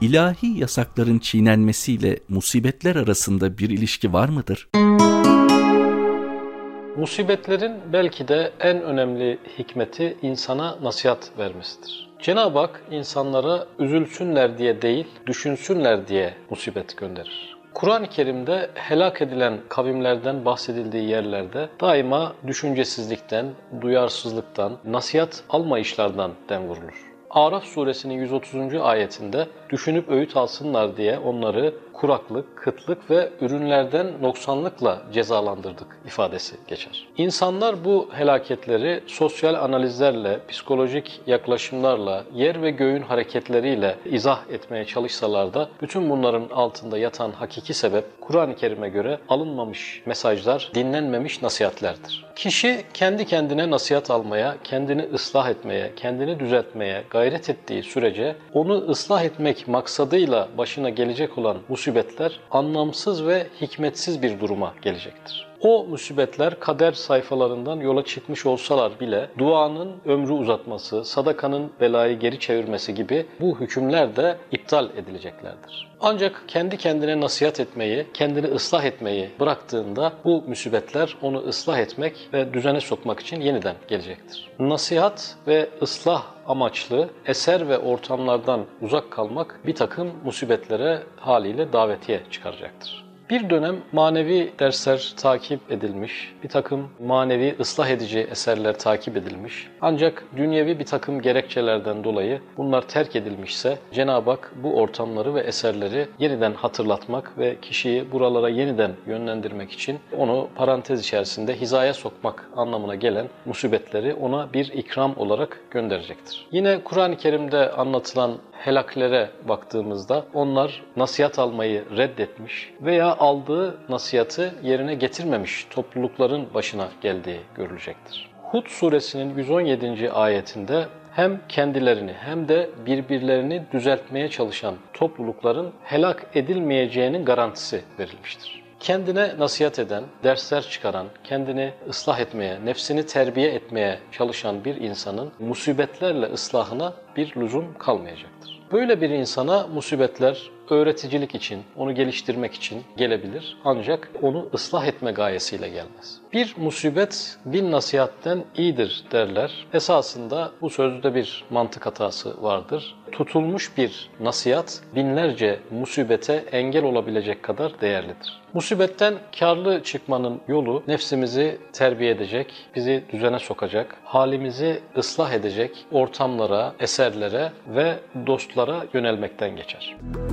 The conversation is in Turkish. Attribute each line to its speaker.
Speaker 1: ilahi yasakların çiğnenmesiyle musibetler arasında bir ilişki var mıdır?
Speaker 2: Musibetlerin belki de en önemli hikmeti insana nasihat vermesidir. Cenab-ı Hak insanlara üzülsünler diye değil, düşünsünler diye musibet gönderir. Kur'an-ı Kerim'de helak edilen kavimlerden bahsedildiği yerlerde daima düşüncesizlikten, duyarsızlıktan, nasihat almayışlardan dem vurulur. Araf suresinin 130. ayetinde düşünüp öğüt alsınlar diye onları kuraklık, kıtlık ve ürünlerden noksanlıkla cezalandırdık ifadesi geçer. İnsanlar bu helaketleri sosyal analizlerle, psikolojik yaklaşımlarla, yer ve göğün hareketleriyle izah etmeye çalışsalar da bütün bunların altında yatan hakiki sebep Kur'an-ı Kerim'e göre alınmamış mesajlar, dinlenmemiş nasihatlerdir. Kişi kendi kendine nasihat almaya, kendini ıslah etmeye, kendini düzeltmeye gayret ettiği sürece onu ıslah etmek maksadıyla başına gelecek olan musibetler anlamsız ve hikmetsiz bir duruma gelecektir. O musibetler kader sayfalarından yola çıkmış olsalar bile duanın ömrü uzatması, sadakanın belayı geri çevirmesi gibi bu hükümler de iptal edileceklerdir. Ancak kendi kendine nasihat etmeyi, kendini ıslah etmeyi bıraktığında bu musibetler onu ıslah etmek ve düzene sokmak için yeniden gelecektir. Nasihat ve ıslah amaçlı eser ve ortamlardan uzak kalmak bir takım musibetlere haliyle davetiye çıkaracaktır. Bir dönem manevi dersler takip edilmiş, bir takım manevi ıslah edici eserler takip edilmiş. Ancak dünyevi bir takım gerekçelerden dolayı bunlar terk edilmişse Cenab-ı Hak bu ortamları ve eserleri yeniden hatırlatmak ve kişiyi buralara yeniden yönlendirmek için onu parantez içerisinde hizaya sokmak anlamına gelen musibetleri ona bir ikram olarak gönderecektir. Yine Kur'an-ı Kerim'de anlatılan helaklere baktığımızda onlar nasihat almayı reddetmiş veya aldığı nasihatı yerine getirmemiş toplulukların başına geldiği görülecektir. Hud suresinin 117. ayetinde hem kendilerini hem de birbirlerini düzeltmeye çalışan toplulukların helak edilmeyeceğinin garantisi verilmiştir. Kendine nasihat eden, dersler çıkaran, kendini ıslah etmeye, nefsini terbiye etmeye çalışan bir insanın musibetlerle ıslahına bir lüzum kalmayacaktır. Böyle bir insana musibetler öğreticilik için, onu geliştirmek için gelebilir ancak onu ıslah etme gayesiyle gelmez. Bir musibet bin nasihatten iyidir derler. Esasında bu sözde bir mantık hatası vardır. Tutulmuş bir nasihat binlerce musibete engel olabilecek kadar değerlidir. Musibetten kârlı çıkmanın yolu nefsimizi terbiye edecek, bizi düzene sokacak, halimizi ıslah edecek ortamlara, eserlere ve dostlara yönelmekten geçer.